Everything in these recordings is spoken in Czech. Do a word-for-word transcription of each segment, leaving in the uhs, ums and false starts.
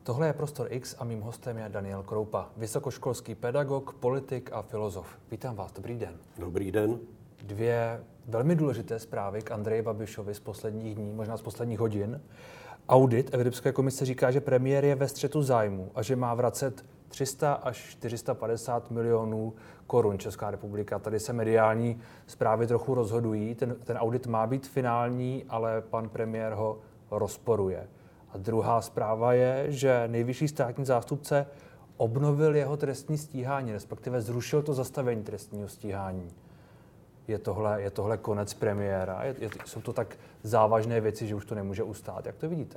Tohle je Prostor X a mým hostem je Daniel Kroupa, vysokoškolský pedagog, politik a filozof. Vítám vás, dobrý den. Dobrý den. Dvě velmi důležité zprávy k Andreji Babišovi z posledních dní, možná z posledních hodin. Audit Evropské komise říká, že premiér je ve střetu zájmu a že má vracet tři sta až čtyři sta padesát milionů korun Česká republika. Tady se mediální zprávy trochu rozhodují. Ten, ten audit má být finální, ale pan premiér ho rozporuje. A druhá zpráva je, že nejvyšší státní zástupce obnovil jeho trestní stíhání, respektive zrušil to zastavení trestního stíhání. Je tohle, je tohle konec premiéra? Je, je, jsou to tak závažné věci, že už to nemůže ustát? Jak to vidíte?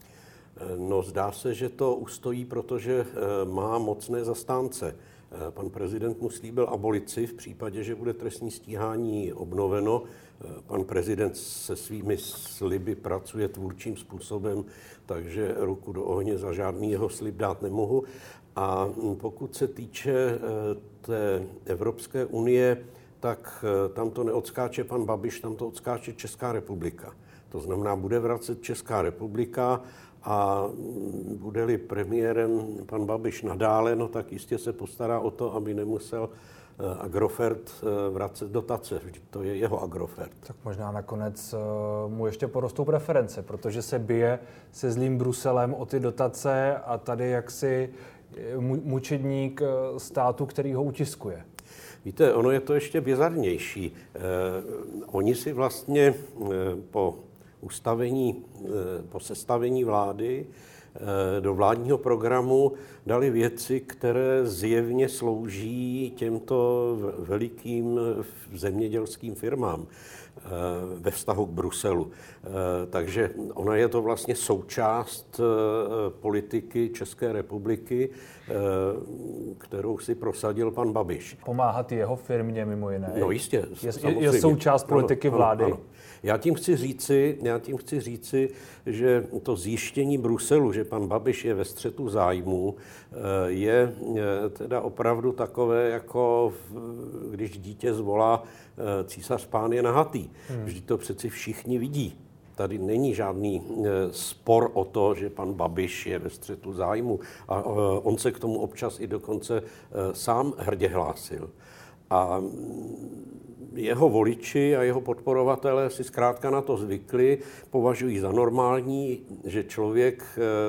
No, zdá se, že to ustojí, protože má mocné zastánce. Pan prezident mu slíbil abolici v případě, že bude trestní stíhání obnoveno. Pan prezident se svými sliby pracuje tvůrčím způsobem, takže ruku do ohně za žádný jeho slib dát nemohu. A pokud se týče té Evropské unie, tak tam to neodskáče pan Babiš, tam to odskáče Česká republika. To znamená, bude vracet Česká republika a bude-li premiérem pan Babiš nadále, no tak jistě se postará o to, aby nemusel Agrofert vracet dotace. Vždyť to je jeho Agrofert. Tak možná nakonec mu ještě porostou preference, protože se bije se zlým Bruselem o ty dotace a tady jaksi mučedník státu, který ho utiskuje. Víte, ono je to ještě bizarnější. Eh, oni si vlastně eh, po ustavení, eh, po sestavení vlády eh, do vládního programu dali věci, které zjevně slouží těmto velikým zemědělským firmám eh, ve vztahu k Bruselu. Eh, takže ona je to vlastně součást eh, politiky České republiky, kterou si prosadil pan Babiš. Pomáhat jeho firmě mimo jiné. No jistě. Je, je součást politiky ano, vlády. Ano, ano. Já tím chci říci, já tím chci říci, že to zjištění Bruselu, že pan Babiš je ve střetu zájmů, je teda opravdu takové, jako když dítě zvolá císař pán je nahatý. Hmm. Vždyť to přeci všichni vidí. Tady není žádný spor o to, že pan Babiš je ve střetu zájmu. A on se k tomu občas i dokonce sám hrdě hlásil. A jeho voliči a jeho podporovatelé si zkrátka na to zvykli, považují za normální, že člověk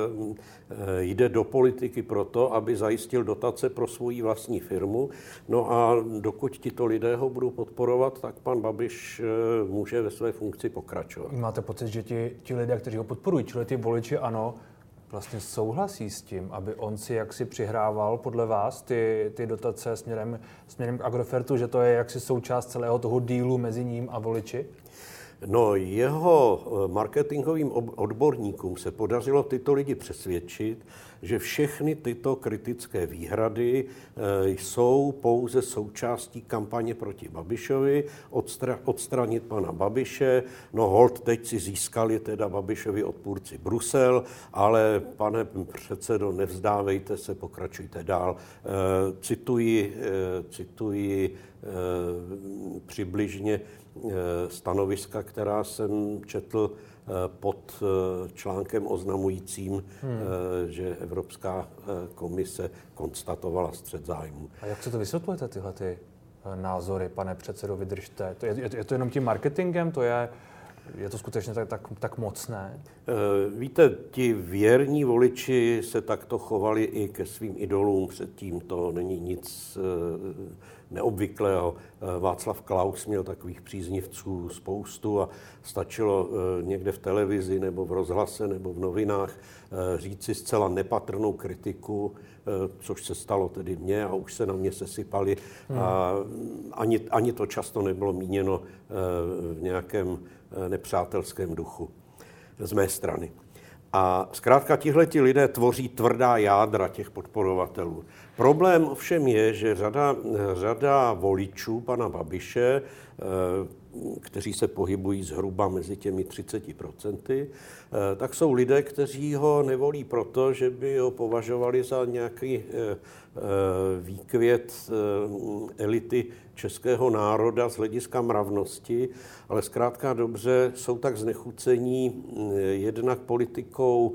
jde do politiky proto, aby zajistil dotace pro svou vlastní firmu. No a dokud tito lidé ho budou podporovat, tak pan Babiš může ve své funkci pokračovat. Máte pocit, že ti, ti lidé, kteří ho podporují, čili ty voliči ANO, vlastně souhlasí s tím, aby on si jaksi přihrával podle vás ty, ty dotace směrem, směrem k Agrofertu, že to je jaksi součást celého toho dílu mezi ním a voliči? No, jeho marketingovým odborníkům se podařilo tyto lidi přesvědčit, že všechny tyto kritické výhrady jsou pouze součástí kampaně proti Babišovi, odstra, odstranit pana Babiše. No holt, teď si získali teda Babišovi odpůrci Brusel, ale pane předsedo, nevzdávejte se, pokračujte dál. Cituji, cituji přibližně stanoviska, která jsem četl pod článkem oznamujícím, hmm. že Evropská komise konstatovala střet zájmů. A jak se to vysvětlujete, tyhle ty názory, pane předsedo, vydržte? To je, je to jenom tím marketingem? To je, je to skutečně tak, tak, tak mocné? Víte, ti věrní voliči se takto chovali i ke svým idolům předtím. To není nic neobvyklého. Václav Klaus měl takových příznivců spoustu a stačilo někde v televizi nebo v rozhlase nebo v novinách říci zcela nepatrnou kritiku, což se stalo tedy mně a už se na mě sesypali. Hmm. A ani, ani to často nebylo míněno v nějakém nepřátelském duchu z mé strany. A zkrátka tihleti lidé tvoří tvrdá jádra těch podporovatelů. Problém ovšem je, že řada, řada voličů pana Babiše kteří se pohybují zhruba mezi těmi třiceti procenty, tak jsou lidé, kteří ho nevolí proto, že by ho považovali za nějaký výkvět elity českého národa z hlediska mravnosti, ale zkrátka dobře jsou tak znechucení jednak politikou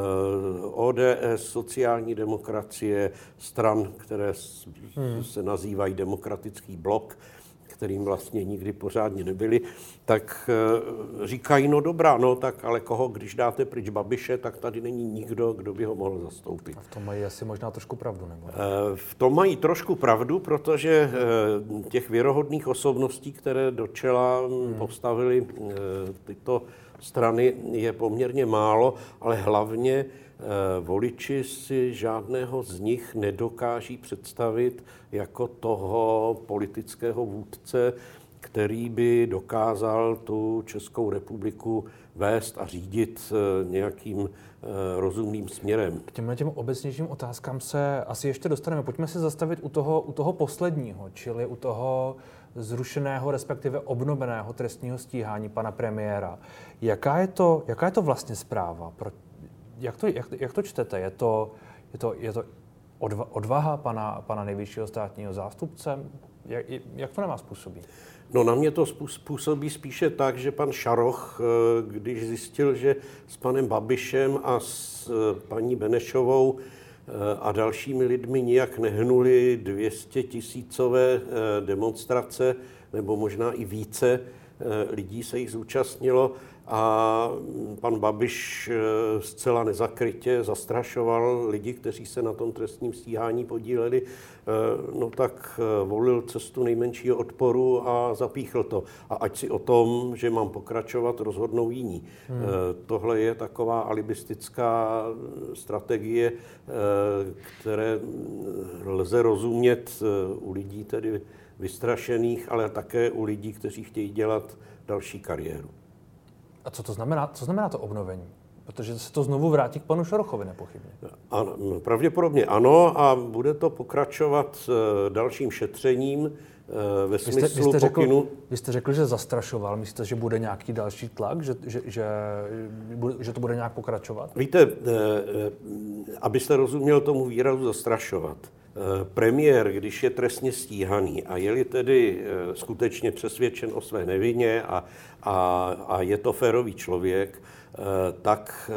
O D S, sociální demokracie, stran, které se nazývají demokratický blok, kterým vlastně nikdy pořádně nebyli, tak říkají, no dobrá, no tak ale koho, když dáte pryč Babiše, tak tady není nikdo, kdo by ho mohl zastoupit. A v tom mají asi možná trošku pravdu, nebo? V tom mají trošku pravdu, protože těch věrohodných osobností, které do čela hmm. postavili tyto strany, je poměrně málo, ale hlavně voliči si žádného z nich nedokáží představit jako toho politického vůdce, který by dokázal tu Českou republiku vést a řídit nějakým rozumným směrem. K těmhle těm obecnějším otázkám se asi ještě dostaneme. Pojďme se zastavit u toho, u toho posledního, čili u toho zrušeného, respektive obnoveného trestního stíhání pana premiéra. Jaká je to, jaká je to vlastně zpráva? Pro, jak, to, jak, jak to čtete? Je to, je to, je to odva, odvaha pana, pana nejvyššího státního zástupce? Jak, jak to na vás působí? No na mě to působí spíše tak, že pan Šaroch, když zjistil, že s panem Babišem a s paní Benešovou a dalšími lidmi nijak nehnuli dvěstětisícové demonstrace, nebo možná i více lidí se jich zúčastnilo, a pan Babiš zcela nezakrytě zastrašoval lidi, kteří se na tom trestním stíhání podíleli, no tak volil cestu nejmenšího odporu a zapíchl to. A ať si o tom, že mám pokračovat, rozhodnou jiní. Hmm. Tohle je taková alibistická strategie, které lze rozumět u lidí tedy vystrašených, ale také u lidí, kteří chtějí dělat další kariéru. A co to znamená? Co znamená to obnovení? Protože se to znovu vrátí k panu Šarochovi nepochybně. Ano, pravděpodobně ano, a bude to pokračovat dalším šetřením ve smyslu vy jste, vy jste pokynu. Řekl, vy jste řekl, že zastrašoval. Myslíte, že bude nějaký další tlak? Že, že, že, že to bude nějak pokračovat? Víte, abyste rozuměl tomu výrazu zastrašovat, premiér, když je trestně stíhaný a je-li tedy skutečně přesvědčen o své nevině a, a, a je to férový člověk, tak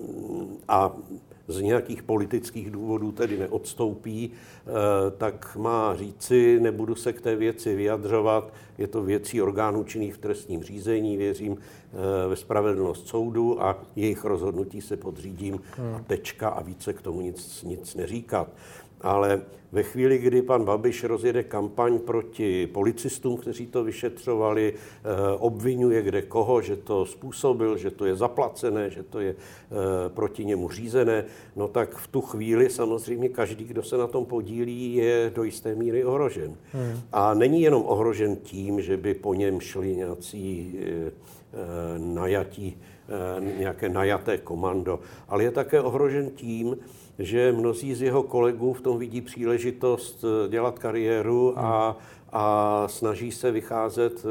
a z nějakých politických důvodů tedy neodstoupí, tak má říci, nebudu se k té věci vyjadřovat, je to věcí orgánů činných v trestním řízení, věřím ve spravedlnost soudu a jejich rozhodnutí se podřídím a tečka a více k tomu nic, nic neříkat. Ale ve chvíli, kdy pan Babiš rozjede kampaň proti policistům, kteří to vyšetřovali, obvinuje kde koho, že to způsobil, že to je zaplacené, že to je proti němu řízené, no tak v tu chvíli samozřejmě každý, kdo se na tom podílí, je do jisté míry ohrožen. Hmm. A není jenom ohrožen tím, že by po něm šli nějací najatí, nějaké najaté komando, ale je také ohrožen tím, že mnozí z jeho kolegů v tom vidí příležitost dělat kariéru a, a snaží se vycházet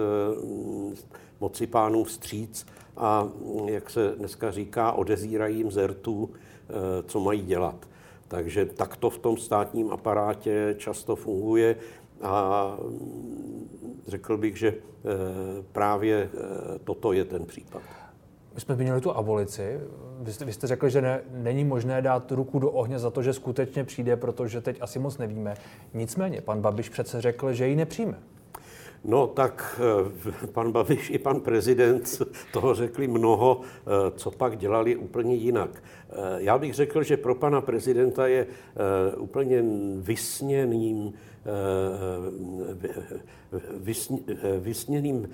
moci pánů vstříc a, jak se dneska říká, odezírají jim ze rtů, co mají dělat. Takže tak to v tom státním aparátě často funguje a řekl bych, že právě toto je ten případ. My jsme zmínili tu abolici. Vy jste, vy jste řekli, že ne, není možné dát ruku do ohně za to, že skutečně přijde, protože teď asi moc nevíme. Nicméně, pan Babiš přece řekl, že ji nepřijme. No tak pan Babiš i pan prezident toho řekli mnoho, co pak dělali úplně jinak. Já bych řekl, že pro pana prezidenta je úplně vysněným, vysněným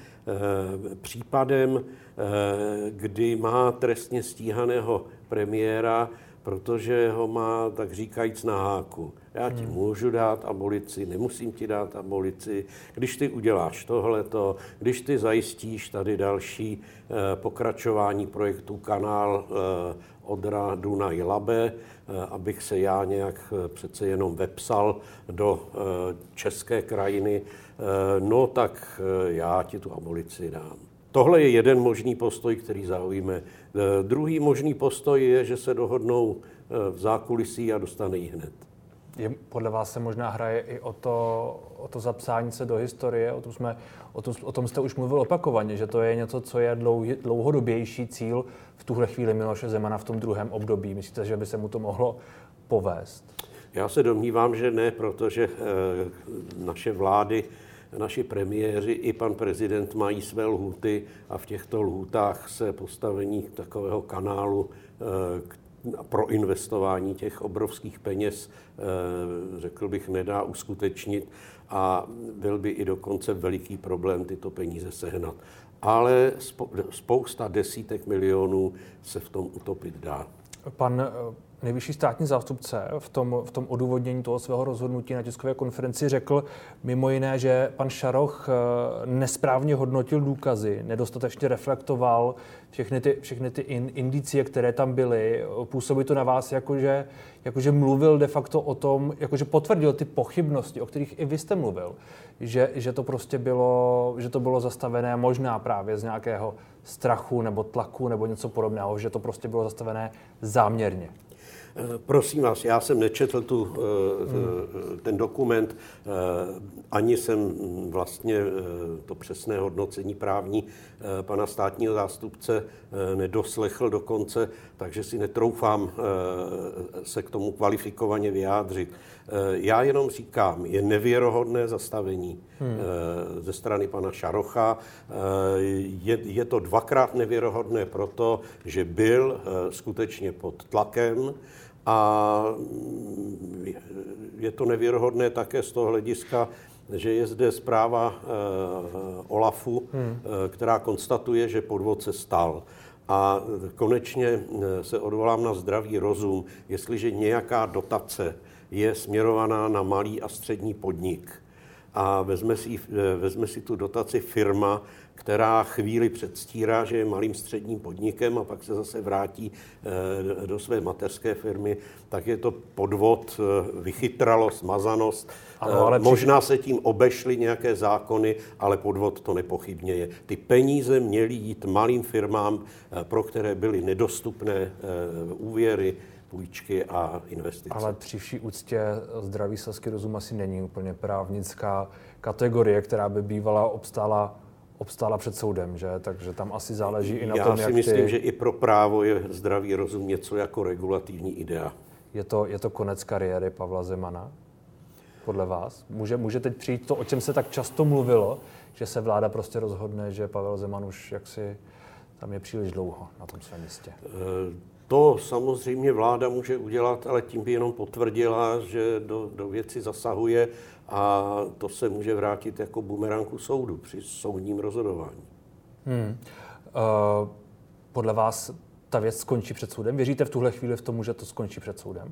případem, kdy má trestně stíhaného premiéra protože ho má, tak říkajíc, na háku. Já ti hmm. můžu dát abolici, nemusím ti dát abolici. Když ty uděláš tohleto, když ty zajistíš tady další eh, pokračování projektu kanál eh, Odra, Dunaj, Labe, eh, abych se já nějak eh, přece jenom vepsal do eh, české krajiny, eh, no tak eh, já ti tu abolici dám. Tohle je jeden možný postoj, který zaujme. Druhý možný postoj je, že se dohodnou v zákulisí a dostane ji hned. Je, podle vás se možná hraje i o to, o to zapsání se do historie, o tom, jsme, o, tom, o tom jste už mluvil opakovaně, že to je něco, co je dlouhý, dlouhodobější cíl v tuhle chvíli Miloše Zemana v tom druhém období. Myslíte, že by se mu to mohlo povést? Já se domnívám, že ne, protože naše vlády, naši premiéři i pan prezident mají své lhůty a v těchto lhůtách se postavení takového kanálu pro investování těch obrovských peněz, řekl bych, nedá uskutečnit a byl by i dokonce veliký problém tyto peníze sehnat. Ale spousta desítek milionů se v tom utopit dá. Pan nejvyšší státní zástupce v tom, v tom odůvodnění toho svého rozhodnutí na tiskové konferenci řekl mimo jiné, že pan Šaroch nesprávně hodnotil důkazy, nedostatečně reflektoval všechny ty, všechny ty in, indicie, které tam byly. Působí to na vás, jakože, jakože mluvil de facto o tom, jakože potvrdil ty pochybnosti, o kterých i vy jste mluvil, že, že to prostě bylo, že to bylo zastavené možná právě z nějakého strachu nebo tlaku nebo něco podobného, že to prostě bylo zastavené záměrně. Prosím vás, já jsem nečetl tu, ten dokument, ani jsem vlastně to přesné hodnocení právní pana státního zástupce nedoslechl dokonce, takže si netroufám se k tomu kvalifikovaně vyjádřit. Já jenom říkám, je nevěrohodné zastavení hmm. ze strany pana Šarocha. Je, je to dvakrát nevěrohodné proto, že byl skutečně pod tlakem, a je to nevěrohodné také z toho hlediska, že je zde zpráva eh, OLAFu, hmm. eh, která konstatuje, že podvod se stal. A konečně se odvolám na zdravý rozum, jestliže nějaká dotace je směrovaná na malý a střední podnik a vezme si, vezme si tu dotaci firma, která chvíli předstírá, že je malým středním podnikem a pak se zase vrátí do své mateřské firmy, tak je to podvod, vychytralost, smazanost. Ano, ale možná se tím obešly nějaké zákony, ale podvod to nepochybně je. Ty peníze měly jít malým firmám, pro které byly nedostupné úvěry, půjčky a investice. Ale při vší úctě zdravý selský rozum asi není úplně právnická kategorie, která by bývala obstála obstála před soudem, že? Takže tam asi záleží i na Já tom, jak jak Já si myslím, ty... že i pro právo je zdravý rozum něco jako regulativní idea. Je to, je to konec kariéry Pavla Zemana? Podle vás? Může, může teď přijít to, o čem se tak často mluvilo, že se vláda prostě rozhodne, že Pavel Zeman už jaksi tam je příliš dlouho na tom svém místě? To samozřejmě vláda může udělat, ale tím by jenom potvrdila, že do, do věci zasahuje a to se může vrátit jako bumeránku soudu při soudním rozhodování. Hmm. Uh, podle vás ta věc skončí před soudem? Věříte v tuhle chvíli v tomu, že to skončí před soudem?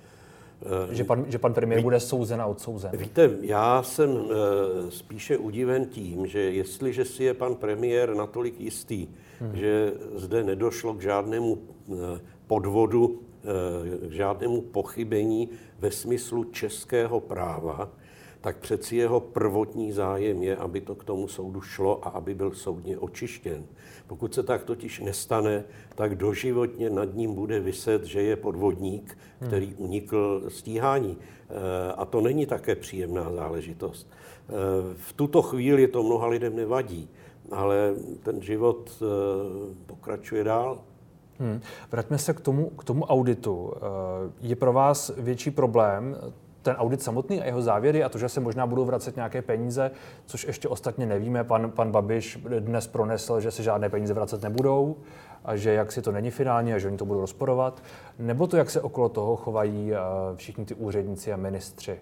Uh, že, pan, že pan premiér ví, bude souzen a odsouzen? Víte, já jsem uh, spíše udiven tím, že jestliže si je pan premiér natolik jistý, hmm. že zde nedošlo k žádnému uh, podvodu, uh, k žádnému pochybení ve smyslu českého práva, tak přeci jeho prvotní zájem je, aby to k tomu soudu šlo a aby byl soudně očištěn. Pokud se tak totiž nestane, tak doživotně nad ním bude viset, že je podvodník, který unikl stíhání. A to není také příjemná záležitost. V tuto chvíli to mnoha lidem nevadí, ale ten život pokračuje dál. Hmm. Vraťme se k tomu, k tomu auditu. Je pro vás větší problém ten audit samotný a jeho závěry a to, že se možná budou vracet nějaké peníze, což ještě ostatně nevíme. Pan, pan Babiš dnes pronesl, že se žádné peníze vracet nebudou a že jak si to není finální a že oni to budou rozporovat. Nebo to, jak se okolo toho chovají všichni ty úředníci a ministři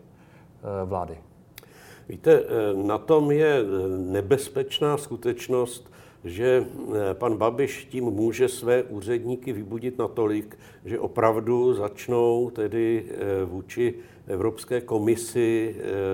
vlády? Víte, na tom je nebezpečná skutečnost, že pan Babiš tím může své úředníky vybudit natolik, že opravdu začnou tedy vůči Evropské komisi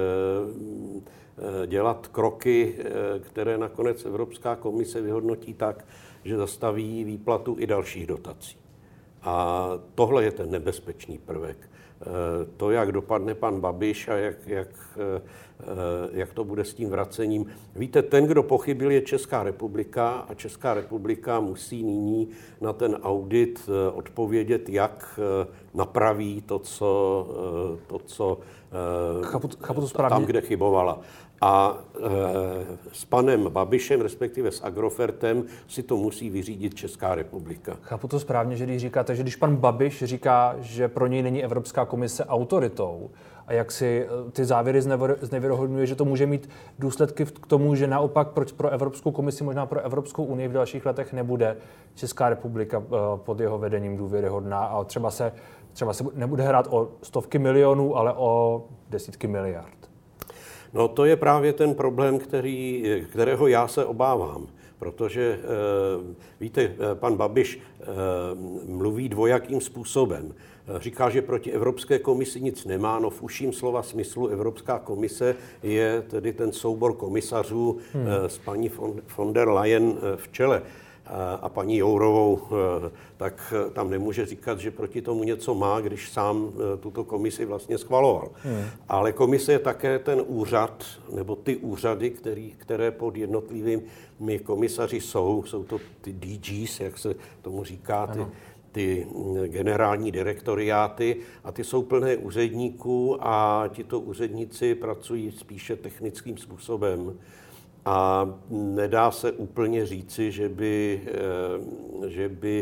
dělat kroky, které nakonec Evropská komise vyhodnotí tak, že zastaví výplatu i dalších dotací. A tohle je ten nebezpečný prvek. To, jak dopadne pan Babiš a jak, jak, jak to bude s tím vracením. Víte, ten, kdo pochybil, je Česká republika a Česká republika musí nyní na ten audit odpovědět, jak napraví to, co, to, co chápu, chápu to správně. Tam, kde chybovala. A e, s panem Babišem, respektive s Agrofertem, si to musí vyřídit Česká republika. Chápu to správně, že když říkáte, že když pan Babiš říká, že pro něj není Evropská komise autoritou a jak si ty závěry znevěrohodňuje, že to může mít důsledky k tomu, že naopak proč pro Evropskou komisi, možná pro Evropskou unii v dalších letech nebude Česká republika pod jeho vedením důvěryhodná a třeba se, třeba se nebude hrát o stovky milionů, ale o desítky miliard. No to je právě ten problém, který, kterého já se obávám, protože víte, pan Babiš mluví dvojakým způsobem. Říká, že proti Evropské komisi nic nemá, no v užším slova smyslu Evropská komise je tedy ten soubor komisařů hmm. s paní von der Leyen v čele. A paní Jourovou, tak tam nemůže říkat, že proti tomu něco má, když sám tuto komisi vlastně schvaloval. Hmm. Ale komise je také ten úřad, nebo ty úřady, který, které pod jednotlivými komisaři jsou, jsou to ty D Gs, jak se tomu říká, ty, ty generální direktoriáty, a ty jsou plné úředníků a tito úředníci pracují spíše technickým způsobem. A nedá se úplně říci, že by, že by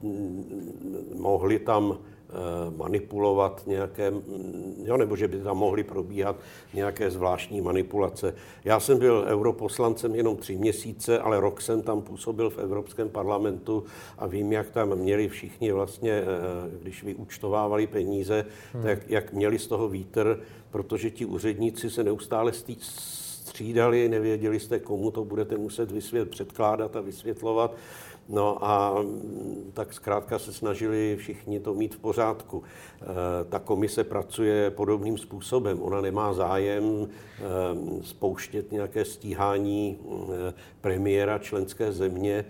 mohli tam manipulovat nějaké, jo, nebo že by tam mohly probíhat nějaké zvláštní manipulace. Já jsem byl europoslancem jenom tři měsíce, ale rok jsem tam působil v Evropském parlamentu a vím, jak tam měli všichni vlastně, když vyúčtovávali peníze, hmm. tak jak měli z toho vítr, protože ti úředníci se neustále stý, střídali, nevěděli jste, komu to budete muset vysvět, předkládat a vysvětlovat. No a tak zkrátka se snažili všichni to mít v pořádku. Ta komise pracuje podobným způsobem. Ona nemá zájem spouštět nějaké stíhání premiéra členské země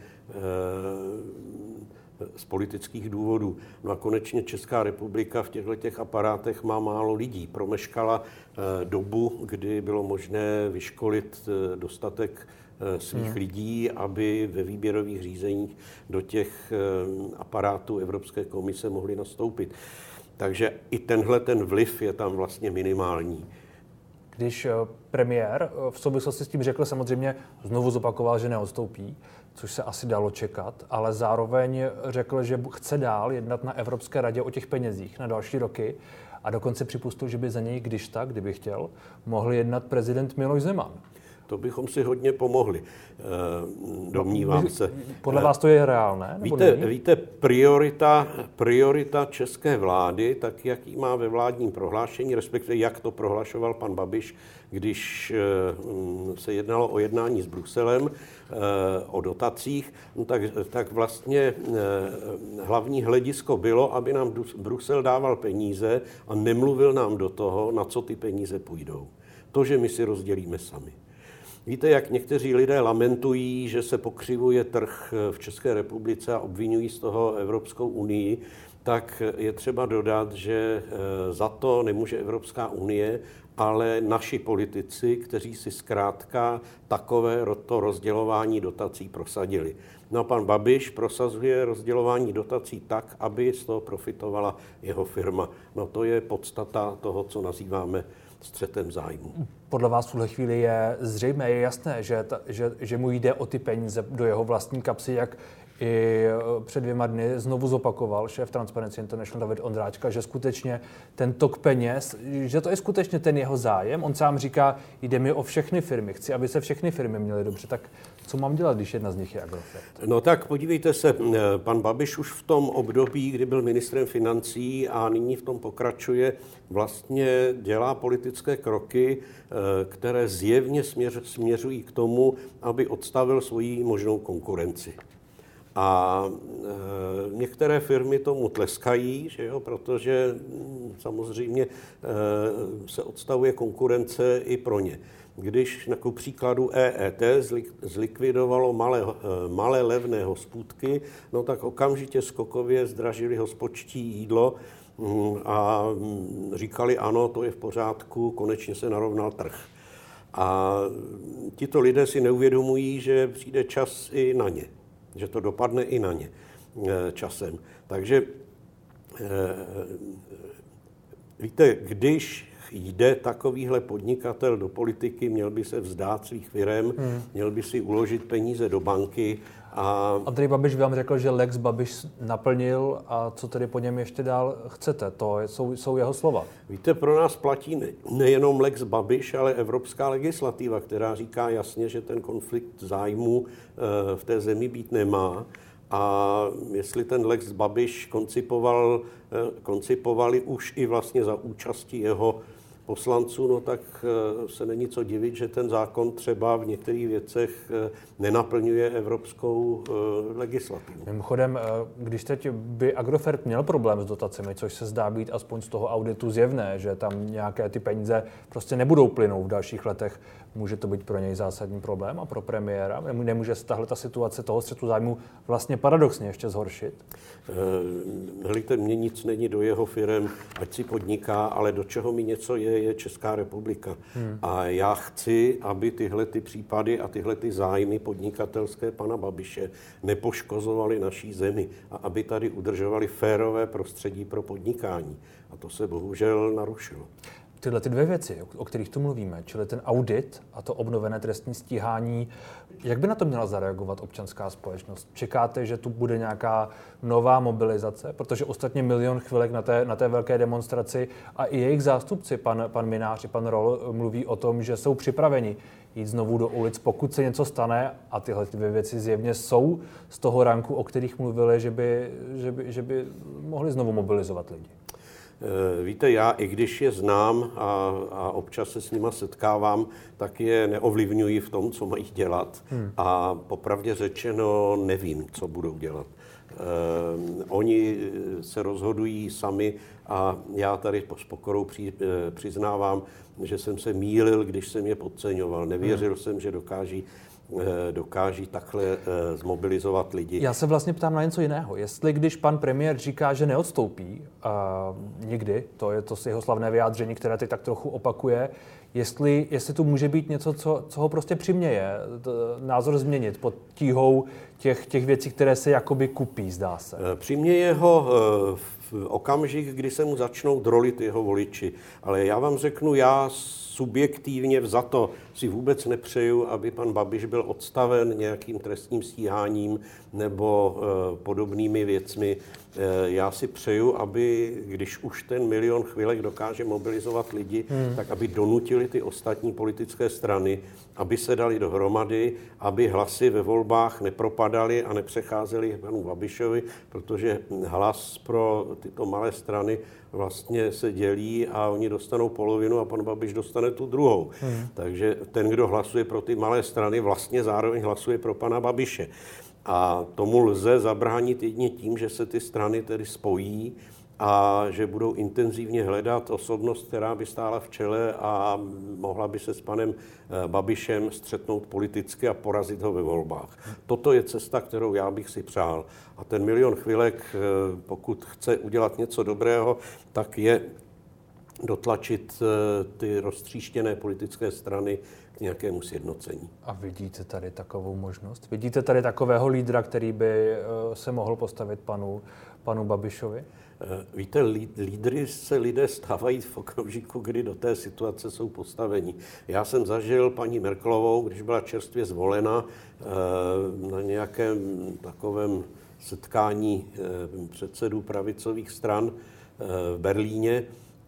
z politických důvodů. No a konečně Česká republika v těchto těch aparátech má málo lidí. Promeškala dobu, kdy bylo možné vyškolit dostatek svých hmm. lidí, aby ve výběrových řízeních do těch aparátů Evropské komise mohli nastoupit. Takže i tenhle ten vliv je tam vlastně minimální. Když premiér v souvislosti s tím řekl, samozřejmě znovu zopakoval, že neodstoupí, což se asi dalo čekat, ale zároveň řekl, že chce dál jednat na Evropské radě o těch penězích na další roky a dokonce připustil, že by za něj, když tak, kdyby chtěl, mohl jednat prezident Miloš Zeman. To bychom si hodně pomohli, domnívám no, se. Podle vás to je reálné? Víte, víte priorita, priorita české vlády, tak jak ji má ve vládním prohlášení, respektive jak to prohlašoval pan Babiš, když se jednalo o jednání s Bruselem, o dotacích, no tak, tak vlastně hlavní hledisko bylo, aby nám Brusel dával peníze a nemluvil nám do toho, na co ty peníze půjdou. To, že my si rozdělíme sami. Víte, jak někteří lidé lamentují, že se pokřivuje trh v České republice a obvinují z toho Evropskou unii, tak je třeba dodat, že za to nemůže Evropská unie, ale naši politici, kteří si zkrátka takové to rozdělování dotací prosadili. No a pan Babiš prosazuje rozdělování dotací tak, aby z toho profitovala jeho firma. No to je podstata toho, co nazýváme střetem zájmu. Podle vás v tuhle chvíli je zřejmé, je jasné, že, ta, že, že mu jde o ty peníze do jeho vlastní kapsy, jak i před dvěma dny znovu zopakoval šéf Transparency International David Ondráčka, že skutečně ten tok peněz, že to je skutečně ten jeho zájem. On sám říká, jde mi o všechny firmy, chci, aby se všechny firmy měly dobře. Tak co mám dělat, když jedna z nich je Agrofert? No tak podívejte se, pan Babiš už v tom období, kdy byl ministrem financí a nyní v tom pokračuje, vlastně dělá politické kroky, které zjevně směř, směřují k tomu, aby odstavil svoji možnou konkurenci. A e, některé firmy tomu tleskají, že jo, protože m, samozřejmě e, se odstavuje konkurence i pro ně. Když na příkladu E E T zlikvidovalo malé, malé levné hospůdky, no tak okamžitě skokově zdražili hospodští jídlo a říkali ano, to je v pořádku, konečně se narovnal trh. A tito lidé si neuvědomují, že přijde čas i na ně, že to dopadne i na ně časem. Takže víte, když jde takovýhle podnikatel do politiky, měl by se vzdát svých firem, hmm. měl by si uložit peníze do banky. A Andrej Babiš vám řekl, že Lex Babiš naplnil a co tedy po něm ještě dál chcete? To jsou, jsou jeho slova. Víte, pro nás platí ne, nejenom Lex Babiš, ale evropská legislativa, která říká jasně, že ten konflikt zájmů e, v té zemi být nemá. A jestli ten Lex Babiš koncipoval, e, koncipovali už i vlastně za účasti jeho poslanců, no tak se není co divit, že ten zákon třeba v některých věcech nenaplňuje evropskou legislativu. Mimochodem, když teď by Agrofert měl problém s dotacemi, což se zdá být aspoň z toho auditu zjevné, že tam nějaké ty peníze prostě nebudou plynout v dalších letech, může to být pro něj zásadní problém a pro premiéra? Nemůže se tahle ta situace toho střetu zájmu vlastně paradoxně ještě zhoršit? Helejte, mně nic není do jeho firem, ať si podniká, ale do čeho mi něco je, je Česká republika. Hmm. A já chci, aby tyhle ty případy a tyhle ty zájmy podnikatelské pana Babiše nepoškozovaly naší zemi a aby tady udržovali férové prostředí pro podnikání. A to se bohužel narušilo. Tyhle ty dvě věci, o kterých tu mluvíme, čili ten audit a to obnovené trestní stíhání, jak by na to měla zareagovat občanská společnost? Čekáte, že tu bude nějaká nová mobilizace? Protože ostatně Milion chvilek na té, na té velké demonstraci a i jejich zástupci, pan, pan Minář i pan Rol, mluví o tom, že jsou připraveni jít znovu do ulic, pokud se něco stane, a tyhle dvě věci zjevně jsou z toho ranku, o kterých mluvili, že by, že by, že by mohli znovu mobilizovat lidi. Víte, já i když je znám a, a občas se s nima setkávám, tak je neovlivňuji v tom, co mají dělat. Hmm. A popravdě řečeno nevím, co budou dělat. Eh, oni se rozhodují sami a já tady s pokorou při, eh, přiznávám, že jsem se mýlil, když jsem je podceňoval. Nevěřil hmm. jsem, že dokáží dokáží takhle zmobilizovat lidi. Já se vlastně ptám na něco jiného. Jestli když pan premiér říká, že neodstoupí a nikdy, to je to jeho slavné vyjádření, které teď tak trochu opakuje, jestli, jestli tu může být něco, co, co ho prostě přiměje, názor změnit pod tíhou těch, těch věcí, které se jakoby kupí, zdá se. Přiměje ho v okamžik, kdy se mu začnou drolit jeho voliči. Ale já vám řeknu, já subjektivně vzato si vůbec nepřeju, aby pan Babiš byl odstaven nějakým trestním stíháním nebo e, podobnými věcmi. E, já si přeju, aby, když už ten Milion chvilek dokáže mobilizovat lidi, hmm. tak aby donutili ty ostatní politické strany, aby se dali dohromady, aby hlasy ve volbách nepropadaly a nepřecházely panu Babišovi, protože hlas pro tyto malé strany vlastně se dělí a oni dostanou polovinu a pan Babiš dostane tu druhou. Hmm. Takže ten, kdo hlasuje pro ty malé strany, vlastně zároveň hlasuje pro pana Babiše. A tomu lze zabránit jedině tím, že se ty strany tedy spojí a že budou intenzivně hledat osobnost, která by stála v čele a mohla by se s panem Babišem střetnout politicky a porazit ho ve volbách. Toto je cesta, kterou já bych si přál. A ten Milion chvilek, pokud chce udělat něco dobrého, tak je dotlačit ty roztříštěné politické strany k nějakému sjednocení. A vidíte tady takovou možnost? Vidíte tady takového lídra, který by se mohl postavit panu, panu Babišovi? Víte, lídry se lidé stávají v okamžiku, kdy do té situace jsou postaveni. Já jsem zažil paní Merkelovou, když byla čerstvě zvolena na nějakém takovém setkání předsedů pravicových stran v Berlíně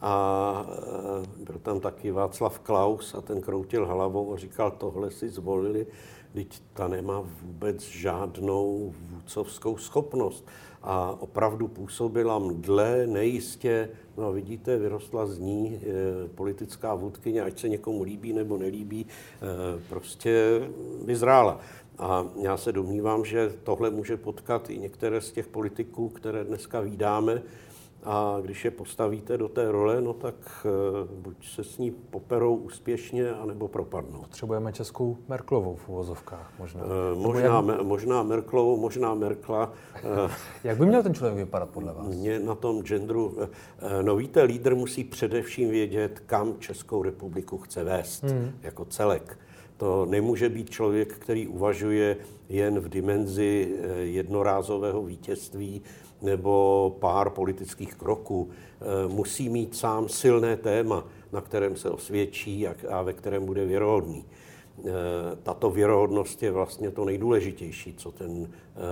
a byl tam taky Václav Klaus a ten kroutil hlavou a říkal, tohle si zvolili, vždyť ta nemá vůbec žádnou vůdcovskou schopnost. A opravdu působila mdle, nejistě. No a vidíte, vyrostla z ní e, politická vůdkyně, ať se někomu líbí nebo nelíbí, e, prostě vyzrála. A já se domnívám, že tohle může potkat i některé z těch politiků, které dneska vídáme. A když je postavíte do té role, no tak e, buď se s ní poperou úspěšně, anebo propadnou. Potřebujeme českou Merkelovou v uvozovkách možná. E, možná, jak... možná Merkelovou, možná Merkla. E, jak by měl ten člověk vypadat podle vás? Mě na tom genderu... E, no víte, lídr musí především vědět, kam Českou republiku chce vést, hmm. jako celek. To nemůže být člověk, který uvažuje jen v dimenzi jednorázového vítězství nebo pár politických kroků. Musí mít sám silné téma, na kterém se osvědčí a ve kterém bude věrohodný. Tato věrohodnost je vlastně to nejdůležitější, co ten,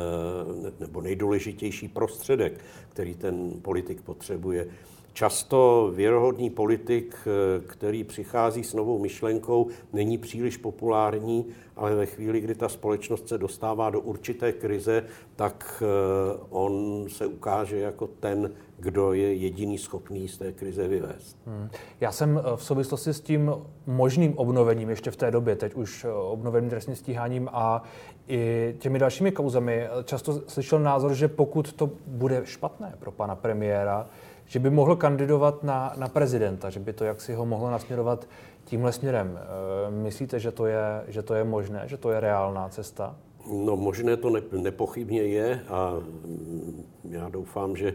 nebo nejdůležitější prostředek, který ten politik potřebuje. Často věrohodný politik, který přichází s novou myšlenkou, není příliš populární, ale ve chvíli, kdy ta společnost se dostává do určité krize, tak on se ukáže jako ten, kdo je jediný schopný z té krize vyvést. Hmm. Já jsem v souvislosti s tím možným obnovením ještě v té době, teď už obnoveným trestním stíháním a i těmi dalšími kauzami, často slyšel názor, že pokud to bude špatné pro pana premiéra, že by mohl kandidovat na, na prezidenta, že by to jaksi ho mohlo nasměrovat tímhle směrem. E, myslíte, že to, je, že to je možné, že to je reálná cesta? No možné to ne, nepochybně je a já doufám, že e,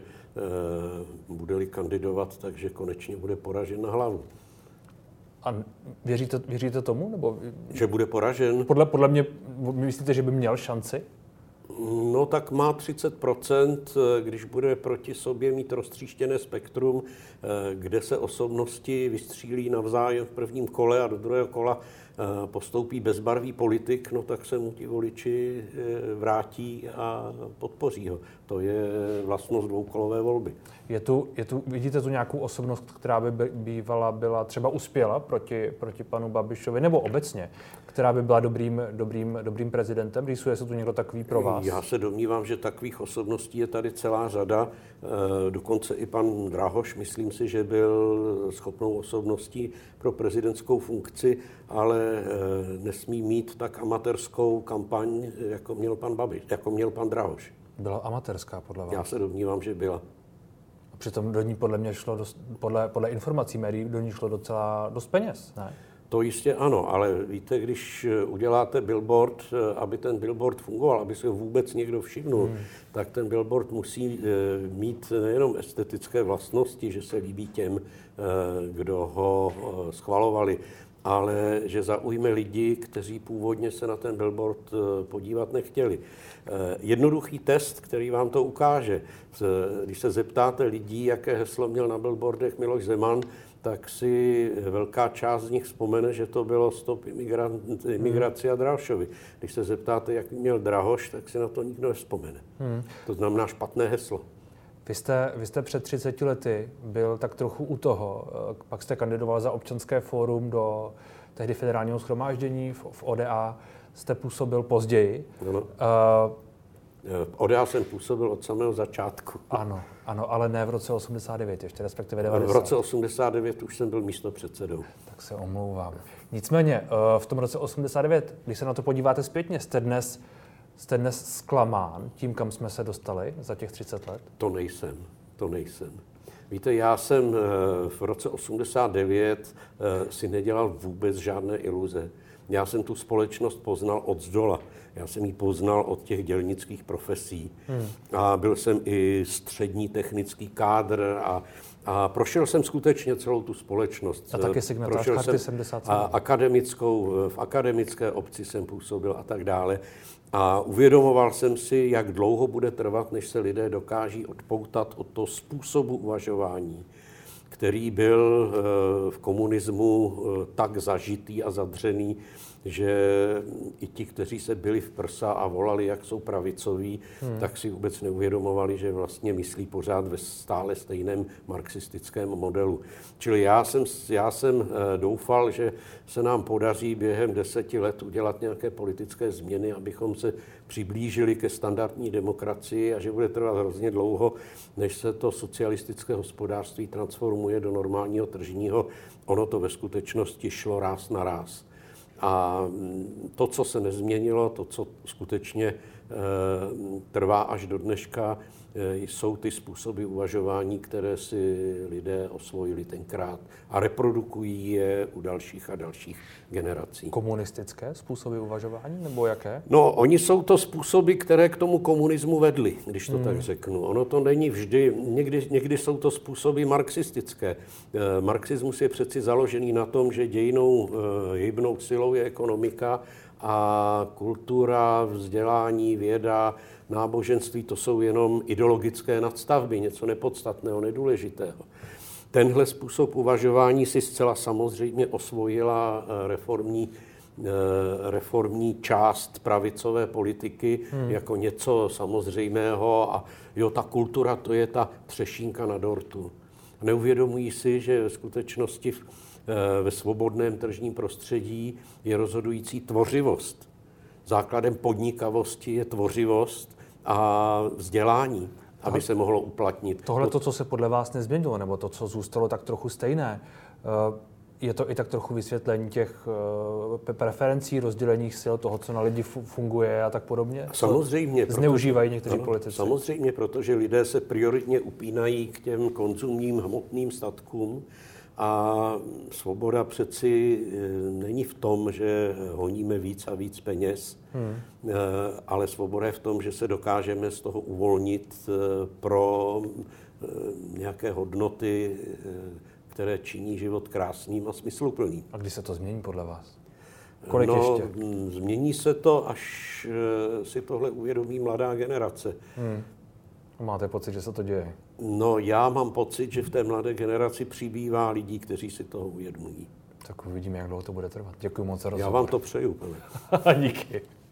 bude-li kandidovat, takže konečně bude poražen na hlavu. A věříte, věříte tomu? Nebo... Že bude poražen? Podle, podle mě, myslíte, že by měl šanci? No tak má třicet procent, když bude proti sobě mít roztříštěné spektrum, kde se osobnosti vystřílí navzájem v prvním kole a do druhého kola postoupí bezbarvý politik, no tak se mu ti voliči vrátí a podpoří ho. To je vlastnost dvoukolové volby. Je tu, je tu, vidíte tu nějakou osobnost, která by bývala byla třeba uspěla proti, proti panu Babišovi, nebo obecně, která by byla dobrým, dobrým, dobrým prezidentem? Rýsuje se tu někdo takový pro vás? Já se domnívám, že takových osobností je tady celá řada. Dokonce i pan Drahoš, myslím si, že byl schopnou osobností pro prezidentskou funkci, ale nesmí mít tak amatérskou kampaň, jako měl pan Babiš, jako měl pan Drahoš. Byla amatérská podle vás? Já se domnívám, že byla. A přitom do ní podle mě šlo, dost, podle, podle informací médií, do ní šlo docela dost peněz, ne? To jistě ano, ale víte, když uděláte billboard, aby ten billboard fungoval, aby se vůbec někdo všimnul, hmm. tak ten billboard musí mít nejenom estetické vlastnosti, že se líbí těm, kdo ho schvalovali, ale že zaujme lidi, kteří původně se na ten billboard podívat nechtěli. Jednoduchý test, který vám to ukáže. Když se zeptáte lidí, jaké heslo měl na billboardech Miloš Zeman, tak si velká část z nich vzpomene, že to bylo stop imigraci a Drahošovi. Když se zeptáte, jak měl Drahoš, tak si na to nikdo nevzpomene. Hmm. To znamená špatné heslo. Vy jste, vy jste před třiceti lety byl tak trochu u toho, pak jste kandidoval za Občanské fórum do tehdy federálního shromáždění v, v O D A, jste působil později. Ano. Uh, v O D A jsem působil od samého začátku. Ano, ano, ale ne v roce osmdesát devět, ještě respektive devadesát. V roce osmdesát devět už jsem byl místopředsedou. Tak se omlouvám. Nicméně, v tom roce osmdesát devět, když se na to podíváte zpětně, jste dnes, jste dnes zklamán tím, kam jsme se dostali za těch třicet let? To nejsem, to nejsem. Víte, já jsem v roce osmdesát devět si nedělal vůbec žádné iluze. Já jsem tu společnost poznal od zdola. Já jsem ji poznal od těch dělnických profesí. Hmm. A byl jsem i střední technický kádr a A prošel jsem skutečně celou tu společnost. A taky signatář Charty sedmdesát sedm. A akademickou, v akademické obci jsem působil a tak dále. A uvědomoval jsem si, jak dlouho bude trvat, než se lidé dokáží odpoutat od toho způsobu uvažování, který byl v komunismu tak zažitý a zadřený, že i ti, kteří se byli v prsa a volali, jak jsou pravicoví, hmm. tak si vůbec neuvědomovali, že vlastně myslí pořád ve stále stejném marxistickém modelu. Čili já jsem, já jsem doufal, že se nám podaří během deseti let udělat nějaké politické změny, abychom se přiblížili ke standardní demokracii a že bude trvat hrozně dlouho, než se to socialistické hospodářství transformuje do normálního tržního. Ono to ve skutečnosti šlo ráz na ráz. A to, co se nezměnilo, to, co skutečně e, trvá až do dneška, e, jsou ty způsoby uvažování, které si lidé osvojili tenkrát a reprodukují je u dalších a dalších generací. Komunistické způsoby uvažování, nebo jaké? No, oni jsou to způsoby, které k tomu komunismu vedly, když to hmm. tak řeknu. Ono to není vždy, někdy, někdy jsou to způsoby marxistické. E, marxismus je přeci založený na tom, že dějnou e, hybnou silou je ekonomika a kultura, vzdělání, věda, náboženství, to jsou jenom ideologické nadstavby, něco nepodstatného, nedůležitého. Tenhle způsob uvažování si zcela samozřejmě osvojila reformní, reformní část pravicové politiky hmm. jako něco samozřejmého a jo, ta kultura, to je ta třešínka na dortu. Neuvědomují si, že ve skutečnosti ve svobodném tržním prostředí je rozhodující tvořivost. Základem podnikavosti je tvořivost a vzdělání, aby se mohlo uplatnit. Tohle to, co se podle vás nezměnilo, nebo to, co zůstalo tak trochu stejné, je to i tak trochu vysvětlení těch preferencí, rozdělených sil, toho, co na lidi funguje a tak podobně? Samozřejmě. Zneužívají někteří ano, politici. Samozřejmě, protože lidé se prioritně upínají k těm konzumním hmotným statkům a svoboda přeci není v tom, že honíme víc a víc peněz, hmm. ale svoboda je v tom, že se dokážeme z toho uvolnit pro nějaké hodnoty, které činí život krásným a smysluplným. A kdy se to změní podle vás? Kolik no, ještě? Změní se to, až si tohle uvědomí mladá generace. Hmm. Máte pocit, že se to děje? No, já mám pocit, že v té mladé generaci přibývá lidí, kteří si toho uvědomují. Tak uvidíme, jak dlouho to bude trvat. Děkuji moc za rozhovor. Já vám to přeju, pane. Díky.